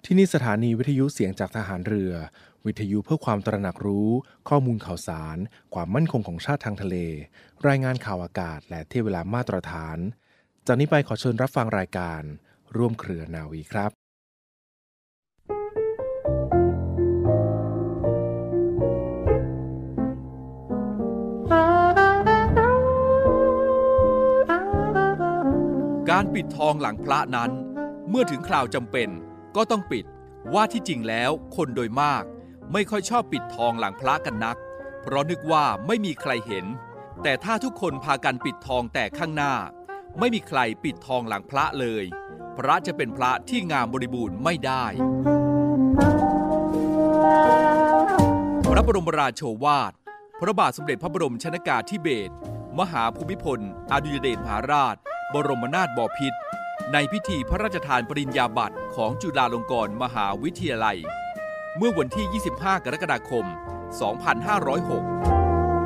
ที่นี่สถานีวิทยุเสียงจากทหารเรือวิทยุเพื่อความตระหนักรู้ข้อมูลข่าวสารความมั่นคงของชาติทางทะเลรายงานข่าวอากาศและเที่ยวเวลามาตรฐานจากนี้ไปขอเชิญรับฟังรายการร่วมเครือนาวีครับการปิดทองหลังพระนั้นเมื่อถึงคราวจำเป็นก็ต้องปิดว่าที่จริงแล้วคนโดยมากไม่ค่อยชอบปิดทองหลังพระกันนักเพราะนึกว่าไม่มีใครเห็นแต่ถ้าทุกคนพากันปิดทองแต่ข้างหน้าไม่มีใครปิดทองหลังพระเลยพระจะเป็นพระที่งามบริบูรณ์ไม่ได้พระบรมราโชวาทพระบาทสมเด็จพระบรมชนกาธิเบศรมหาภูมิพลอดุลยเดชมหาราชบรมนาถบพิตรในพิธีพระราชทานปริญญาบัตรของจุฬาลงกรณ์มหาวิทยาลัยเมื่อวันที่ 25 กรกฎาคม 2506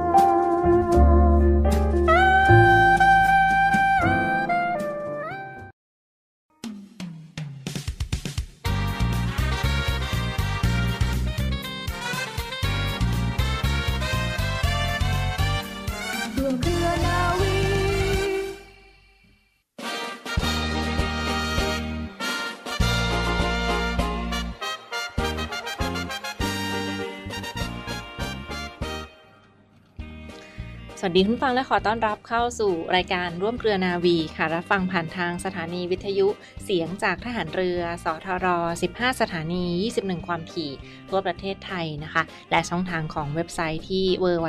สวัสดีคุณฟังและขอต้อนรับเข้าสู่รายการร่วมเครือนาวีค่ะรับฟังผ่านทางสถานีวิทยุเสียงจากทหารเรือสทร15สถานี21ความถี่ทั่วประเทศไทยนะคะและช่องทางของเว็บไซต์ที่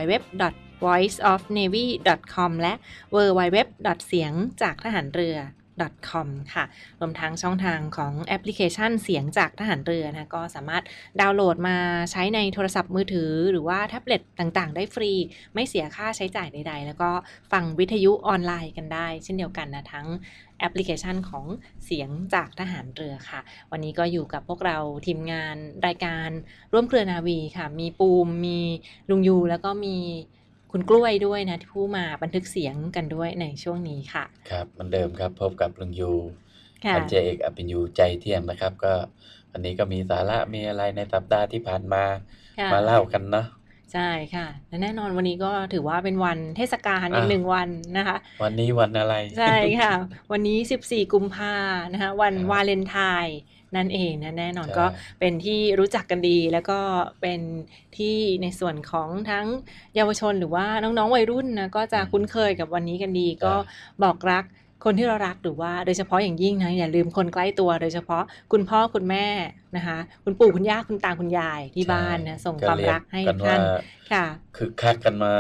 www.voiceofnavy.com และ www. เสียงจากทหารเรือ.com ค่ะรวมทั้งช่องทางของแอปพลิเคชันเสียงจากทหารเรือนะก็สามารถดาวน์โหลดมาใช้ในโทรศัพท์มือถือหรือว่าแท็บเล็ตต่างๆได้ฟรีไม่เสียค่าใช้จ่ายใดๆแล้วก็ฟังวิทยุออนไลน์กันได้เช่นเดียวกันนะทั้งแอปพลิเคชันของเสียงจากทหารเรือค่ะวันนี้ก็อยู่กับพวกเราทีมงานรายการร่วมเครือนาวีค่ะมีปูมมีลุงยูแล้วก็มีคุณกล้วยด้วยนะที่ผู้มาบันทึกเสียงกันด้วยในช่วงนี้ค่ะครับเหมือนเดิมครับพบกับลุงยูพันเจเอกอภิญยูใจเที่ยงนะครับก็วันนี้ก็มีสาระมีอะไรในสัปดาห์ที่ผ่านมาเล่ากันเนาะใช่ค่ะและแน่นอนวันนี้ก็ถือว่าเป็นวันเทศกาลอีก1วันนะคะวันนี้วันอะไรใช่ค่ะวันนี้14กุมภาพันธ์นะคะวันวาเลนไทน์นั่นเองนะแน่นอนก็เป็นที่รู้จักกันดีแล้วก็เป็นที่ในส่วนของทั้งเยาวชนหรือว่าน้องๆวัยรุ่นนะก็จะคุ้นเคยกับวันนี้กันดีก็บอกรักคนที่เรารักหรือว่าโดยเฉพาะอย่างยิ่งนะอย่าลืมคนใกล้ตัวโดยเฉพาะคุณพ่อคุณแม่นะคะคุณปู่คุณย่าคุณตาคุณยายที่บ้านนะส่งความรักให้ท่านค่ะคือคักกันมา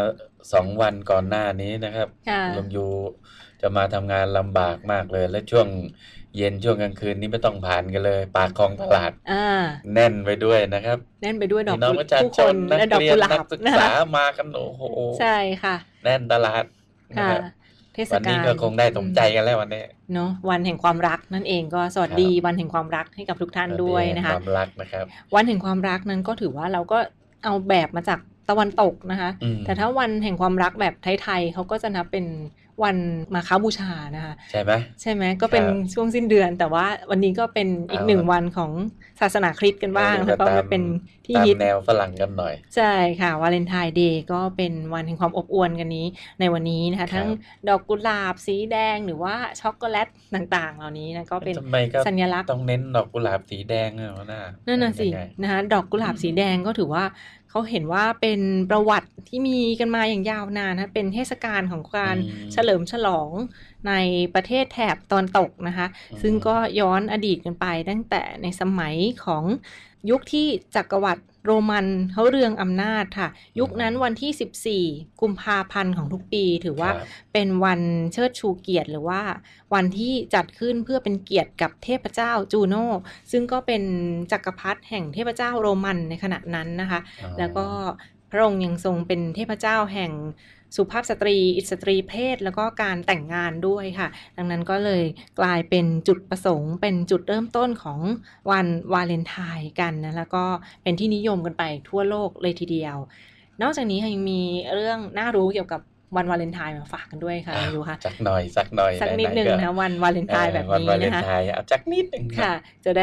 2วันก่อนหน้านี้นะครับลุงยูจะมาทำงานลำบากมากเลยและช่วงเย็นช่วงกลางคืนนี้ไม่ต้องผ่านกันเลยปากคลองตลาดแน่นไปด้วยนะครับแน่นไปด้วยดอกผู้คนและดอกกุหลาบนักศึกษามากันโอ้โหใช่ค่ะแน่นตลาดนะครับวันนี้ก็คงได้สมใจกันแล้ววันนี้เนาะวันแห่งความรักนั่นเองก็สวัสดีวันแห่งความรักให้กับทุกท่านด้วยนะคะความรักนะครับวันแห่งความรักนั้นก็ถือว่าเราก็เอาแบบมาจากตะวันตกนะคะแต่ถ้าวันแห่งความรักแบบไทยๆเขาก็จะนับเป็นวันมาฆบูชานะคะใช่ไหมก็เป็นช่วงสิ้นเดือนแต่ว่าวันนี้ก็เป็นอีก1วันของศาสนาคริสต์กันบ้างแล้วก็เป็นที่ฮิตแนวฝรั่งกันหน่อยใช่ค่ะวาเลนไทน์เดย์ก็เป็นวันแห่งความอบอวลกันนี้ในวันนี้นะคะทั้งดอกกุหลาบสีแดงหรือว่าช็อกโกแลตต่างๆเหล่านี้นะก็เป็นสัญลักษณ์ต้องเน้นดอกกุหลาบสีแดงนั่นน่ะสินะคะดอกกุหลาบสีแดงก็ถือว่าเขาเห็นว่าเป็นประวัติที่มีกันมาอย่างยาวนานนะเป็นเทศกาลของการเฉลิมฉลองในประเทศแถบตอนตกนะคะซึ่งก็ย้อนอดีตกันไปตั้งแต่ในสมัยของยุคที่จักรวรรดิโรมันเขาเรืองอำนาจค่ะยุคนั้นวันที่14กุมภาพันธ์ของทุกปีถือว่าเป็นวันเชิดชูเกียรติหรือว่าวันที่จัดขึ้นเพื่อเป็นเกียรติกับเทพเจ้าจูโน่ซึ่งก็เป็นจักรพรรดิแห่งเทพเจ้าโรมันในขณะนั้นนะคะแล้วก็พระองค์ยังทรงเป็นเทพเจ้าแห่งสุภาพสตรีสตรีเพศแล้วก็การแต่งงานด้วยค่ะดังนั้นก็เลยกลายเป็นจุดประสงค์เป็นจุดเริ่มต้นของวันวาเลนไทน์กันนะแล้วก็เป็นที่นิยมกันไปทั่วโลกเลยทีเดียวนอกจากนี้ยังมีเรื่องน่ารู้เกี่ยวกับวันวาเลนไทน์มาฝากกันด้วยค่ะดูค่ะสักหน่อยสักนิดนึงนะวันวาเลนไทน์แบบนี้นะคะวันวาเลนไทน์เอาสักนิดนึงค่ะจะได้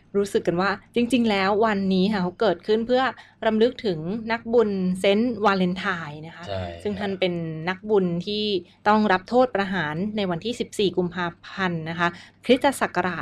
รู้สึกกันว่าจริงๆแล้ววันนี้ค่ะเขาเกิดขึ้นเพื่อรำลึกถึงนักบุญเซนต์วาเลนไทน์นะคะซึ่งท่านเป็นนักบุญที่ต้องรับโทษประหารในวันที่14กุมภาพันธ์นะคะคริสตศักราช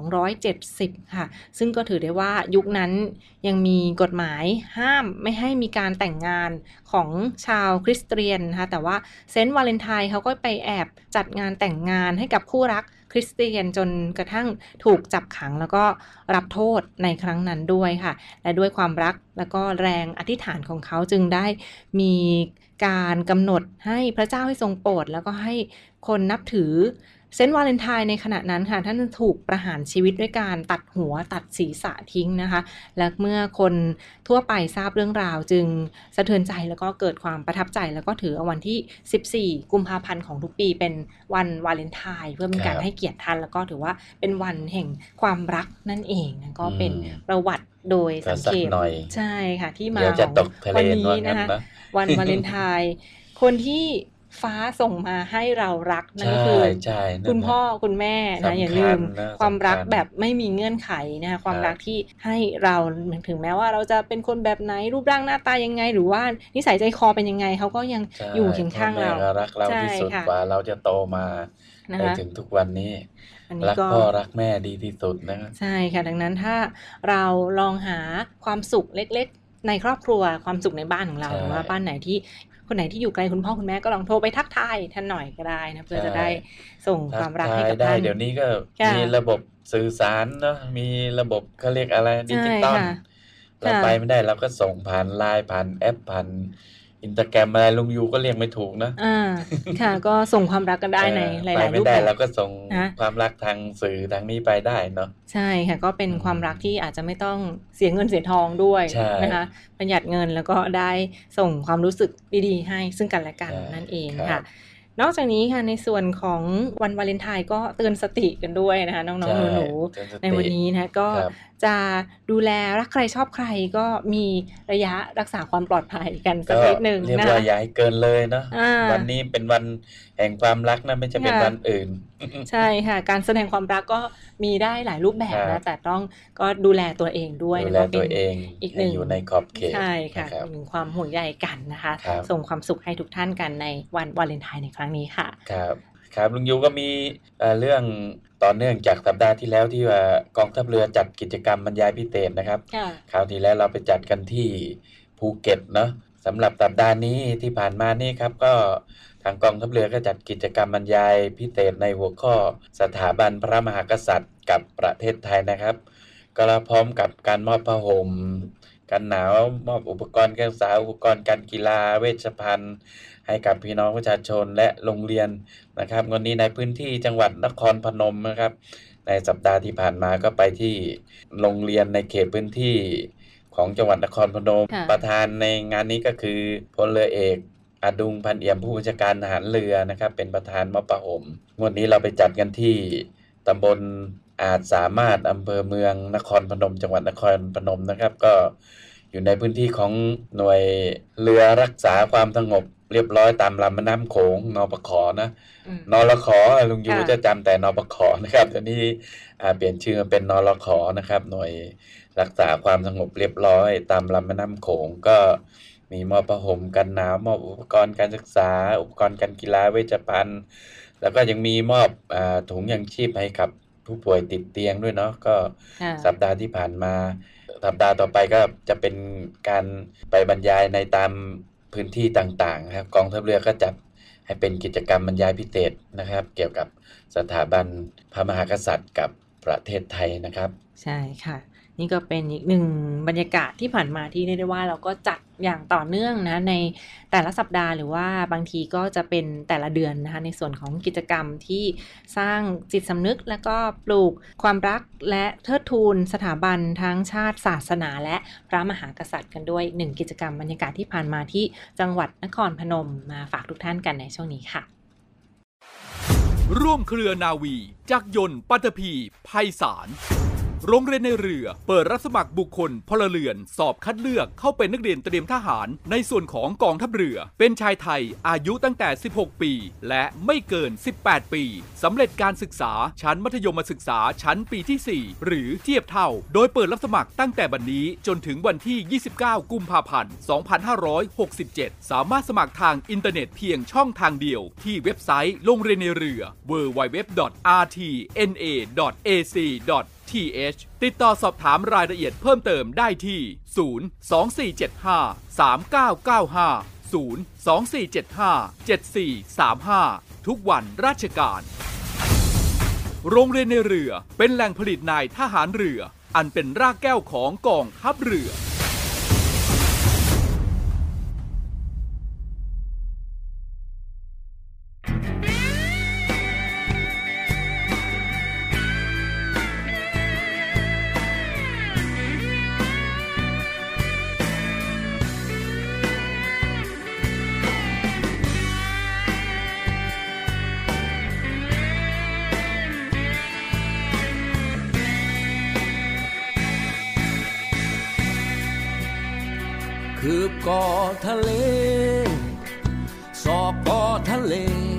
270ค่ะซึ่งก็ถือได้ว่ายุคนั้นยังมีกฎหมายห้ามไม่ให้มีการแต่งงานของชาวคริสเตียนนะคะแต่ว่าเซนต์วาเลนไทน์เขาก็ไปแอบจัดงานแต่งงานให้กับคู่รักคริสเตียนจนกระทั่งถูกจับขังแล้วก็รับโทษในครั้งนั้นด้วยค่ะและด้วยความรักแล้วก็แรงอธิษฐานของเขาจึงได้มีการกำหนดให้พระเจ้าให้ทรงโปรดแล้วก็ให้คนนับถือเซนต์วาเลนไทน์ในขณะนั้นค่ะท่านถูกประหารชีวิตด้วยการตัดหัวตัดศีรษะทิ้งนะคะและเมื่อคนทั่วไปทราบเรื่องราวจึงสะเทือนใจแล้วก็เกิดความประทับใจแล้วก็ถือเอาวันที่14กุมภาพันธ์ของทุกปีเป็นวันวาเลนไทน์เพื่อเป็นการให้เกียรติท่านแล้วก็ถือว่าเป็นวันแห่งความรักนั่นเองนะก็เป็นประวัติโดยสังเขปใช่ค่ะที่มาของวันนี้นะคะวันวาเลนไทน์คนที่ฟ้าส่งมาให้เรารักนั่นคือคุณพ่อคุณแม่นะอย่าลืมความรักแบบไม่มีเงื่อนไขนะความรักที่ให้เราถึงแม้ว่าเราจะเป็นคนแบบไหนรูปร่างหน้าตายังไงหรือว่านิสัยใจคอเป็นยังไงเขาก็ยังอยู่เคียงข้างเรารักเราที่สุดกว่าเราจะโตมาได้ถึงทุกวันนี้รักพ่อรักแม่ดีที่สุดนะใช่ค่ะดังนั้นถ้าเราลองหาความสุขเล็กๆในครอบครัวความสุขในบ้านของเราหรือว่าบ้านไหนที่คนไหนที่อยู่ไกลคุณพ่อคุณแม่ก็ลองโทรไปทักทายท่านหน่อยก็ได้นะเพื่อจะได้ส่งความรักให้กับท่านเดี๋ยวนี้ก็มีระบบสื่อสารเนาะมีระบบเขาเรียกอะไรดิจิตอลเราไปไม่ได้เราก็ส่งผ่านไลน์ผ่านแอปผ่านInstagram อะไรลุงยูก็เรียกไม่ถูกนะค่ะก็ส่งความรักกันได้ในหลายๆรูปแบบเราก็ส่งความรักทางสื่อทางนี้ไปได้เนาะใช่ค่ะก็เป็นความรักที่อาจจะไม่ต้องเสียเงินเสียทองด้วยนะคะประหยัดเงินแล้วก็ได้ส่งความรู้สึกดีๆให้ซึ่งกันและกันนั่นเองค่ะนอกจากนี้ค่ะในส่วนของวันวาเลนไทน์ก็เตือนสติกันด้วยนะคะน้องๆหนูๆในวันนี้นะก็จะดูแลรักใครชอบใครก็มีระยะรักษาความปลอดภัยกันสักนิดนึงนะเรียกว่าอย่าให้เกินเลยเนาะวันนี้เป็นวันแห่งความรักนะไม่ใช่เป็นวันอื่นใช่ค่ะการแสดงความรักก็มีได้หลายรูปแบบนะแต่ต้องก็ดูแลตัวเองด้วยดูแลตัวเองอีกหนึ่งอยู่ในขอบเขตใช่ค่ะเป็นความห่วงใยกันนะคะส่งความสุขให้ทุกท่านกันในวันวาเลนไทน์ในครั้งนี้ค่ะครับลุงยูก็มีเรื่องต่อเนื่องจากสัปดาห์ที่แล้วที่ว่ากองทัพเรือจัดกิจกรรมบรรยายพิเศษนะครับคราวที่แล้วเราไปจัดกันที่ภูเก็ตเนาะสำหรับสัปดาห์นี้ที่ผ่านมานี่ครับก็ทางกองทัพเรือก็จัดกิจกรรมบรรยายพิเศษในหัวข้อสถาบันพระมหากษัตริย์กับประเทศไทยนะครับก็พร้อมกับการมอบผ้าห่มกันหนาวมอบอุปกรณ์การศึกษาอุปกรณ์การกีฬาเวชภัณฑ์ให้กับพี่น้องประชาชนและโรงเรียนนะครับวันนี้ในพื้นที่จังหวัดนครพนมนะครับในสัปดาห์ที่ผ่านมาก็ไปที่โรงเรียนในเขตพื้นที่ของจังหวัดนครพนมประธานในงานนี้ก็คือพลเรือเอกอดุงพันเอี่ยมผู้บัญชาการทหารเรือนะครับเป็นประธานมอบผ้าห่มวันนี้เราไปจัดกันที่ตำบลอาจสามารถอำเภอเมืองนครพนมจังหวัดนครพนมนะครับก็อยู่ในพื้นที่ของหน่วยเรือรักษาความสงบเรียบร้อยตามลำแม่น้ำโขงนปข.นะนรข.ลุงยูจะจำแต่นปข.นะครับตอนนี้เปลี่ยนชื่อเป็นนรข.นะครับหน่วยรักษาความสงบเรียบร้อยตามลำแม่น้ำโขงก็มีมอบผ้าห่มกันหนาวมอบอุปกรณ์การศึกษาอุปกรณ์การกีฬาเวชภัณฑ์แล้วก็ยังมีมอบถุงยังชีพให้กับผู้ป่วยติดเตียงด้วยเนาะก็สัปดาห์ที่ผ่านมาสัปดาห์ต่อไปก็จะเป็นการไปบรรยายในตามพื้นที่ต่างๆครับกองทัพเรือก็จัดให้เป็นกิจกรรมบรรยายพิเศษนะครับเกี่ยวกับสถาบันพระมหากษัตริย์กับประเทศไทยนะครับใช่ค่ะนี่ก็เป็นอีกหนึ่งบรรยากาศที่ผ่านมาที่เรียกได้ว่าเราก็จัดอย่างต่อเนื่องนะในแต่ละสัปดาห์หรือว่าบางทีก็จะเป็นแต่ละเดือนนะคะในส่วนของกิจกรรมที่สร้างจิตสำนึกและก็ปลูกความรักและเทิดทูนสถาบันทั้งชาติศาสนาและพระมหากษัตริย์กันด้วยหนึ่งกิจกรรมบรรยากาศที่ผ่านมาที่จังหวัดนครพนมมาฝากทุกท่านกันในช่วงนี้ค่ะร่วมเครือนาวีจักรยนต์ปัตภีไพศาลโรงเรียนในเรือเปิดรับสมัครบุคคลพลเรือนสอบคัดเลือกเข้าเป็นนักเรียนเตรียมทหารในส่วนของกองทัพเรือเป็นชายไทยอายุตั้งแต่16ปีและไม่เกิน18ปีสำเร็จการศึกษาชั้นมัธยมศึกษาชั้นปีที่4หรือเทียบเท่าโดยเปิดรับสมัครตั้งแต่บัดนี้จนถึงวันที่29กุมภาพันธ์2567สามารถสมัครทางอินเทอร์เน็ตเพียงช่องทางเดียวที่เว็บไซต์โรงเรียนในเรือ www.rtna.ac.th ติดต่อสอบถามรายละเอียดเพิ่มเติมได้ที่ 024753995 024757435 ทุกวันราชการโรงเรียนในเรือเป็นแหล่งผลิตนายทหารเรืออันเป็นรากแก้วของกองทัพเรือคืบก่อทะเลศอกก่อทะเล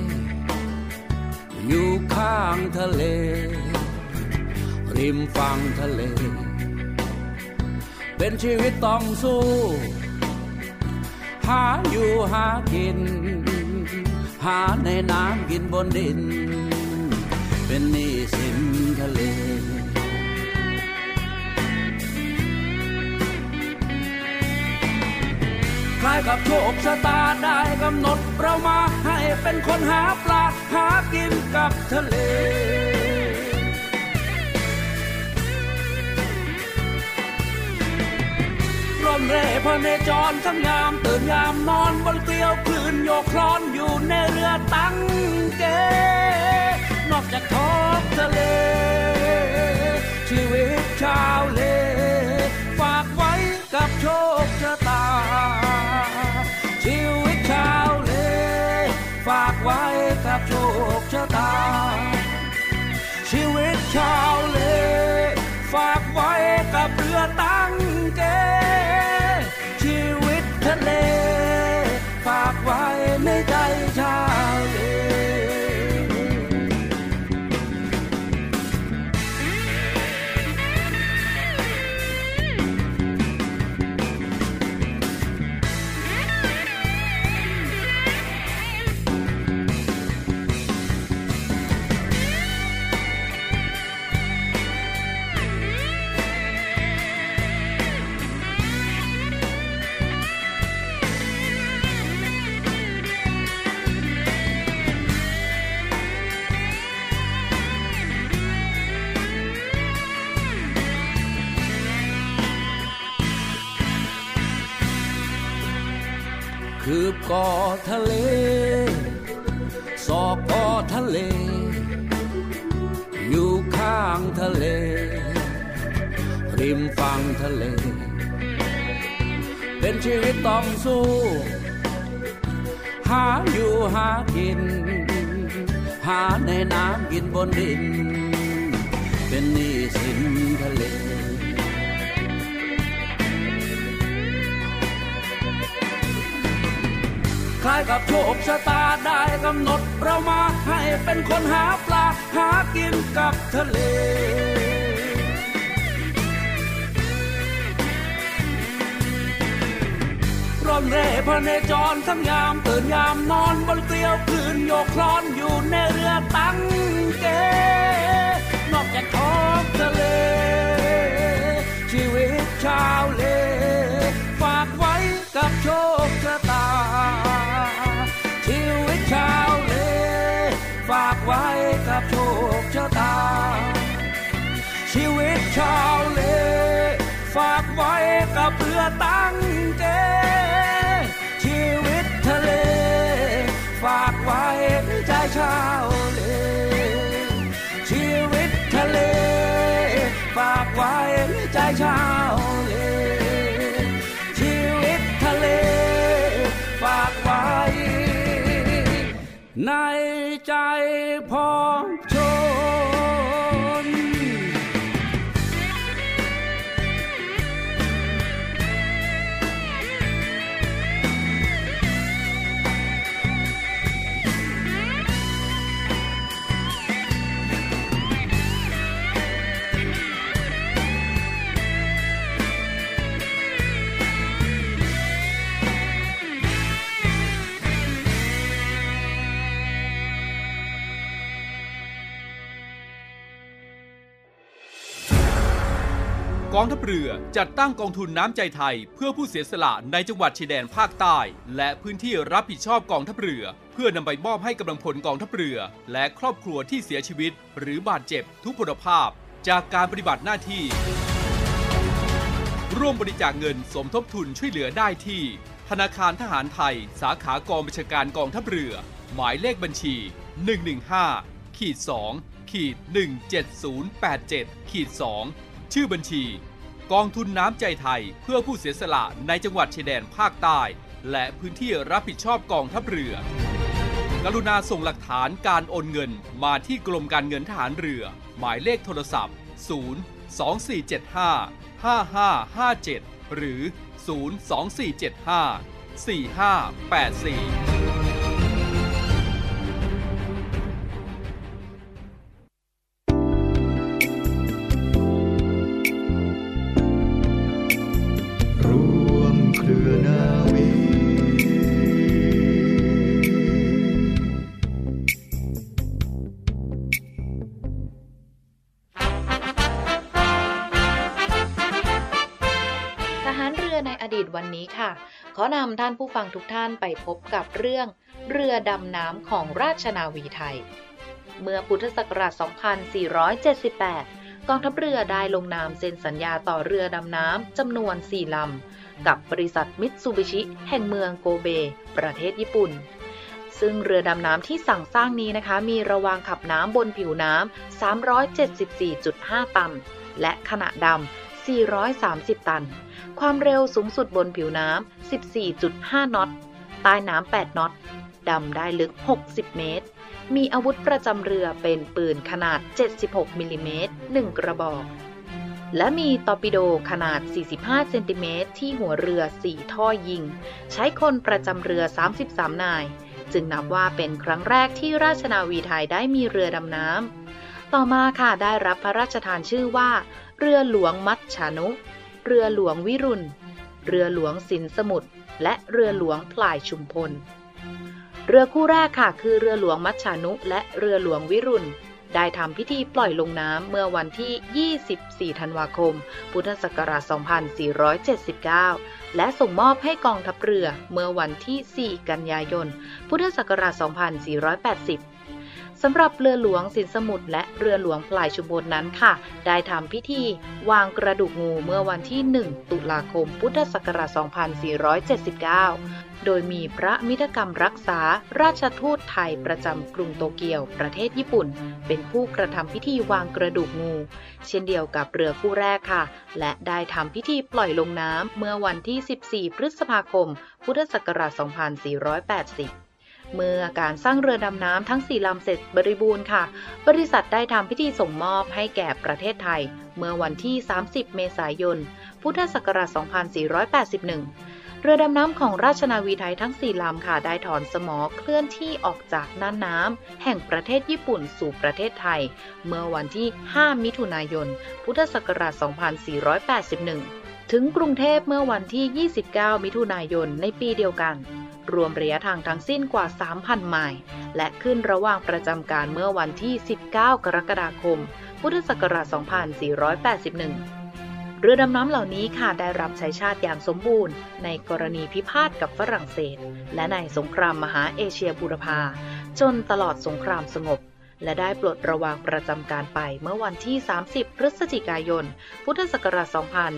อยู่ข้างทะเลริมฝั่งทะเลเป็นชีวิตต้องสู้หาอยู่หากินหาในน้ำกินบนดินเป็นหนี้สินทะเลคล้ายกับโชคชะตาได้กำหนดเรามาให้เป็นคนหาปลาหากินกับทะเลร่มเร่พเนจรทั้งยามตื่นยามนอนบนเกลียวคลื่นโยกคลอนอยู่ในเรือตั้งเกนอกจากท้องทะเลชีวิตชาวเลฝากไว้กับโชคชะตาชีวิตชาวเลฝากไว้กับโชคชะตาชีวิตชาวเลฝากไว้กับเรือตั้งเกชีวิตทะเลฝากไว้ในใจชาวเลคืบก่อทะเลศอกก่อทะเลอยู่ข้างทะเลริมฝั่งทะเลเป็นชีวิตต้องสู้หาอยู่หากินหาในน้ำกินบนดินเป็นหนี้สินทะเลคล้ายกับโชคชะตาได้กำหนดเรามาให้เป็นคนหาปลาหากินกับทะเลร่มเร่พเนจรทั้งยามตื่นยามนอนบนเกลียวคลื่นโยกคลอนอยู่ในเรือตั้งเกนอกจากท้องทะเลชีวิตชาวเลฝากไว้กับโชคชะตาชีวิตชาวเลฝากไว้กับโชคชะตาชีวิตชาวเลฝากไว้กับเรือตั้งเกชีวิตทะเลฝากไว้ในใจชาวเลชีวิตทะเลฝากไว้ในใจชาวเลชีวิตทะเลฝากไว้ในใจพ้องชนกองทัพเรือจัดตั้งกองทุนน้ำใจไทยเพื่อผู้เสียสละในจังหวัดชายแดนภาคใต้และพื้นที่รับผิดชอบกองทัพเรือเพื่อนำไปมอบให้กำลังพลกองทัพเรือและครอบครัวที่เสียชีวิตหรือบาดเจ็บทุพพลภาพจากการปฏิบัติหน้าที่ร่วมบริจาคเงินสมทบทุนช่วยเหลือได้ที่ธนาคารทหารไทยสาขากองบัญชาการกองทัพเรือหมายเลขบัญชี 115-2-17087-2 ชื่อบัญชีกองทุนน้ำใจไทยเพื่อผู้เสียสละในจังหวัดชายแดนภาคใต้และพื้นที่รับผิดชอบกองทัพเรือกรุณาส่งหลักฐานการโอนเงินมาที่กรมการเงินทหารเรือหมายเลขโทรศัพท์ 024755557 หรือ 024754584 วันนี้ค่ะขอนำท่านผู้ฟังทุกท่านไปพบกับเรื่องเรือดำน้ำของราชนาวีไทยเมื่อพุทธศักราช 2478 กองทัพเรือได้ลงนามเซ็นสัญญาต่อเรือดำน้ำจำนวน 4 ลำกับบริษัทมิตซูบิชิแห่งเมืองโกเบประเทศญี่ปุ่นซึ่งเรือดำน้ำที่สั่งสร้างนี้นะคะมีระวางขับน้ำบนผิวน้ำ 374.5 ตันและขนาดดำ 430 ตันความเร็วสูงสุดบนผิวน้ำ 14.5 น็อตใต้น้ำ 8 น็อตดำได้ลึก 60 เมตรมีอาวุธประจำเรือเป็นปืนขนาด 76 มิลลิเมตร 1 กระบอกและมีตอร์ปิโดขนาด 45 เซนติเมตรที่หัวเรือ 4 ท่อยิงใช้คนประจำเรือ 33 นายจึงนับว่าเป็นครั้งแรกที่ราชนาวีไทยได้มีเรือดำน้ำต่อมาค่ะได้รับพระราชทานชื่อว่าเรือหลวงมัชฉานุเรือหลวงวิรุณเรือหลวงสินสมุทรและเรือหลวงพลายชุมพลเรือคู่แรกค่ะคือเรือหลวงมัชฉานุและเรือหลวงวิรุณได้ทำพิธีปล่อยลงน้ำเมื่อวันที่ 24 ธันวาคม พุทธศักราช 2479 และส่งมอบให้กองทัพเรือเมื่อวันที่ 4 กันยายน พุทธศักราช 2480สำหรับเรือหลวงสินสมุทรและเรือหลวงพลายชุมพลนั้นค่ะได้ทำพิธีวางกระดูกงูเมื่อวันที่ 1 ตุลาคม พุทธศักราช 2479 โดยมีพระมิตรกรรมรักษาราชทูตไทยประจำกรุงโตเกียวประเทศญี่ปุ่นเป็นผู้กระทำพิธีวางกระดูกงูเช่นเดียวกับเรือคู่แรกค่ะและได้ทำพิธีปล่อยลงน้ำเมื่อวันที่ 14 พฤษภาคม พุทธศักราช 2480เมื่อการสร้างเรือดำน้ำทั้ง 4 ลำเสร็จบริบูรณ์ค่ะบริษัทได้ทำพิธีส่งมอบให้แก่ประเทศไทยเมื่อวันที่ 30 เมษายน พุทธศักราช 2481 เรือดำน้ำของราชนาวีไทยทั้ง 4 ลำค่ะได้ถอนสมอเคลื่อนที่ออกจากน่านน้ำแห่งประเทศญี่ปุ่นสู่ประเทศไทยเมื่อวันที่ 5 มิถุนายน พุทธศักราช 2481 ถึงกรุงเทพเมื่อวันที่ 29 มิถุนายนในปีเดียวกันรวมระยะทางทั้งสิ้นกว่า 3,000 ไมล์และขึ้นระหว่างประจำการเมื่อวันที่ 19 กรกฎาคม พุทธศักราช 2481 เรือดำน้ำเหล่านี้ค่ะได้รับใช้ชาติอย่างสมบูรณ์ในกรณีพิพาทกับฝรั่งเศสและในสงครามมหาเอเชียบูรพาจนตลอดสงครามสงบและได้ปลดระวางประจำการไปเมื่อวันที่ 30 พฤศจิกายน พุทธศักราช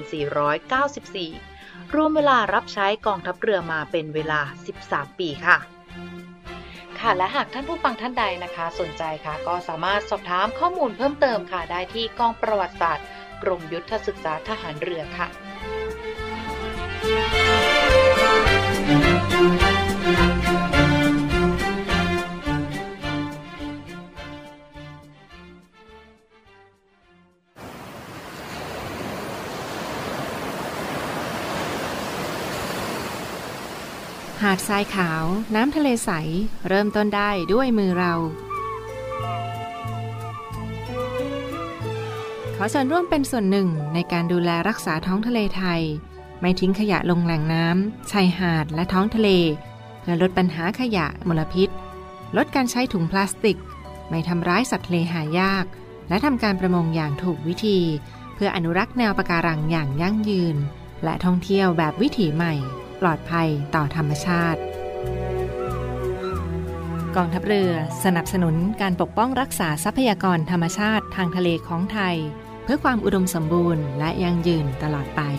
2494 รวมเวลารับใช้กองทัพเรือมาเป็นเวลา 13 ปีค่ะและหากท่านผู้ฟังท่านใดนะคะสนใจค่ะก็สามารถสอบถามข้อมูลเพิ่มเติมค่ะได้ที่กองประวัติศาสตร์กรมยุทธศึกษาทหารเรือค่ะหาดทรายขาวน้ำทะเลใสเริ่มต้นได้ด้วยมือเราขอส่วนร่วมเป็นส่วนหนึ่งในการดูแลรักษาท้องทะเลไทยไม่ทิ้งขยะลงแหล่งน้ำชายหาดและท้องทะเลเพื่อลดปัญหาขยะมลพิษลดการใช้ถุงพลาสติกไม่ทำร้ายสัตว์ทะเลหายากและทำการประมงอย่างถูกวิธีพื่ออนุรักษ์แนวปะการังอย่างยั่งยืนและท่องเที่ยวแบบวิถีใหม่ปลอดภัยต่อธรรมชาติกองทัพเรือสนับสนุนการปกป้องรักษาทรัพยากรธรรมชาติทางทะเลของไทยเพื่อความอุดมสมบูรณ์และยั่งยืนตลอดไป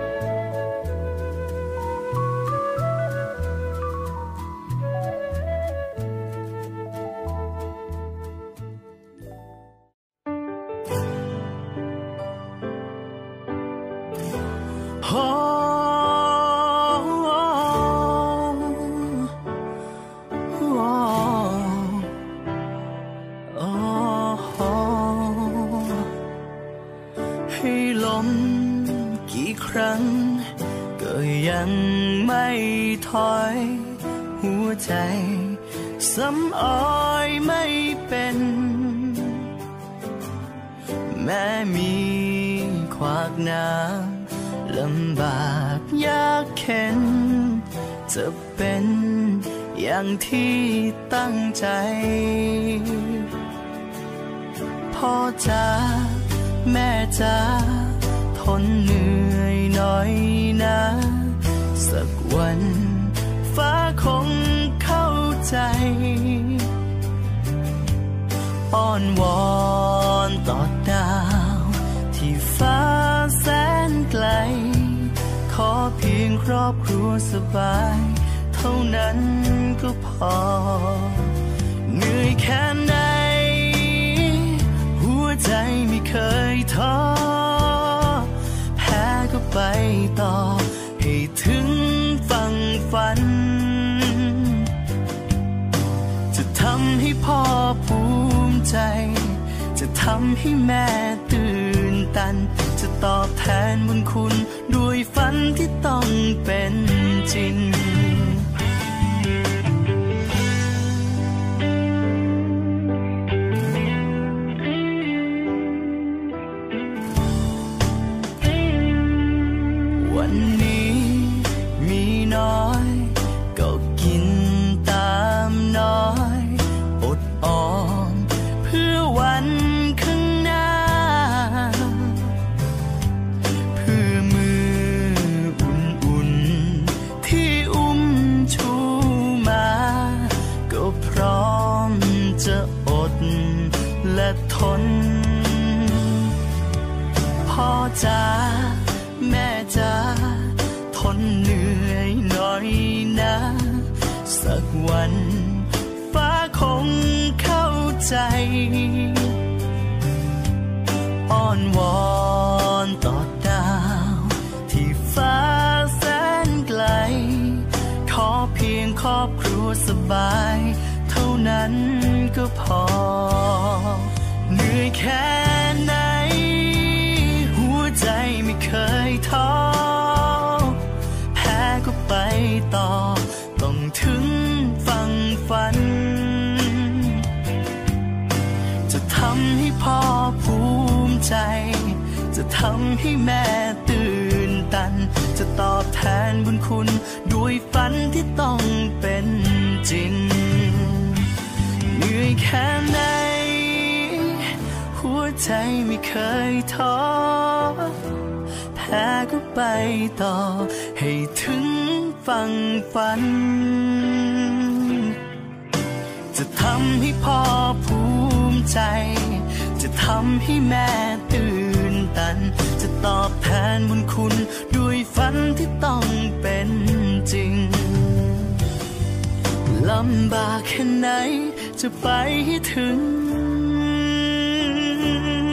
หัวใจสำอ้อยไม่เป็นแม้มีขวากน้ำลำบากยากเข็นจะเป็นอย่างที่ตั้งใจพ่อจ๋าแม่จ๋าทนเหนื่อยหน่อยนะสักวันฟ้าคงเข้าใจอ้อนวอนต่อดาวที่ฟ้าแสนไกลขอเพียงครอบครัวสบายเท่านั้นก็พอเหนื่อยแค่ไหนหัวใจไม่เคยท้อแพ้ก็ไปต่อให้ถึงฝั่งฝันจะทำให้พ่อภูมิใจจะทำให้แม่ตื่นตันจะตอบแทนบุญคุณด้วยฝันที่ต้องเป็นจริงวันนี้มีน้อยก็กินตามน้อยอดออมเพื่อวันข้างหน้าเพื่อมืออุ่นๆที่อุ้มชูมาก็พร้อมจะอดและทนพ่อจ๋าแม่จ๋าทนเหนื่อยหน่อยนะสักวันฟ้าคงเข้าใจอ้อนวอนต่อดาวที่ฟ้าแสนไกลขอเพียงครอบครัวสบายเท่านั้นก็พอเหนื่อยแค่ไหนหัวใจไม่เคยท้อแพ้ก็ไปต่อต้องถึงฝั่งฝันจะทำให้พ่อภูมิใจจะทำให้แม่ตื่นตันจะตอบแทนบุญคุณด้วยฝันที่ต้องเป็นจริงเหนื่อยแค่ไหนหัวใจไม่เคยท้อแพ้ก็ไปต่อให้ถึงฝั่งฝันจะทำให้พ่อภูมิใจจะทำให้แม่ตื่นตันจะตอบแทนบุญคุณด้วยฝันที่ต้องเป็นจริงลำบากแค่ไหนจะไปให้ถึง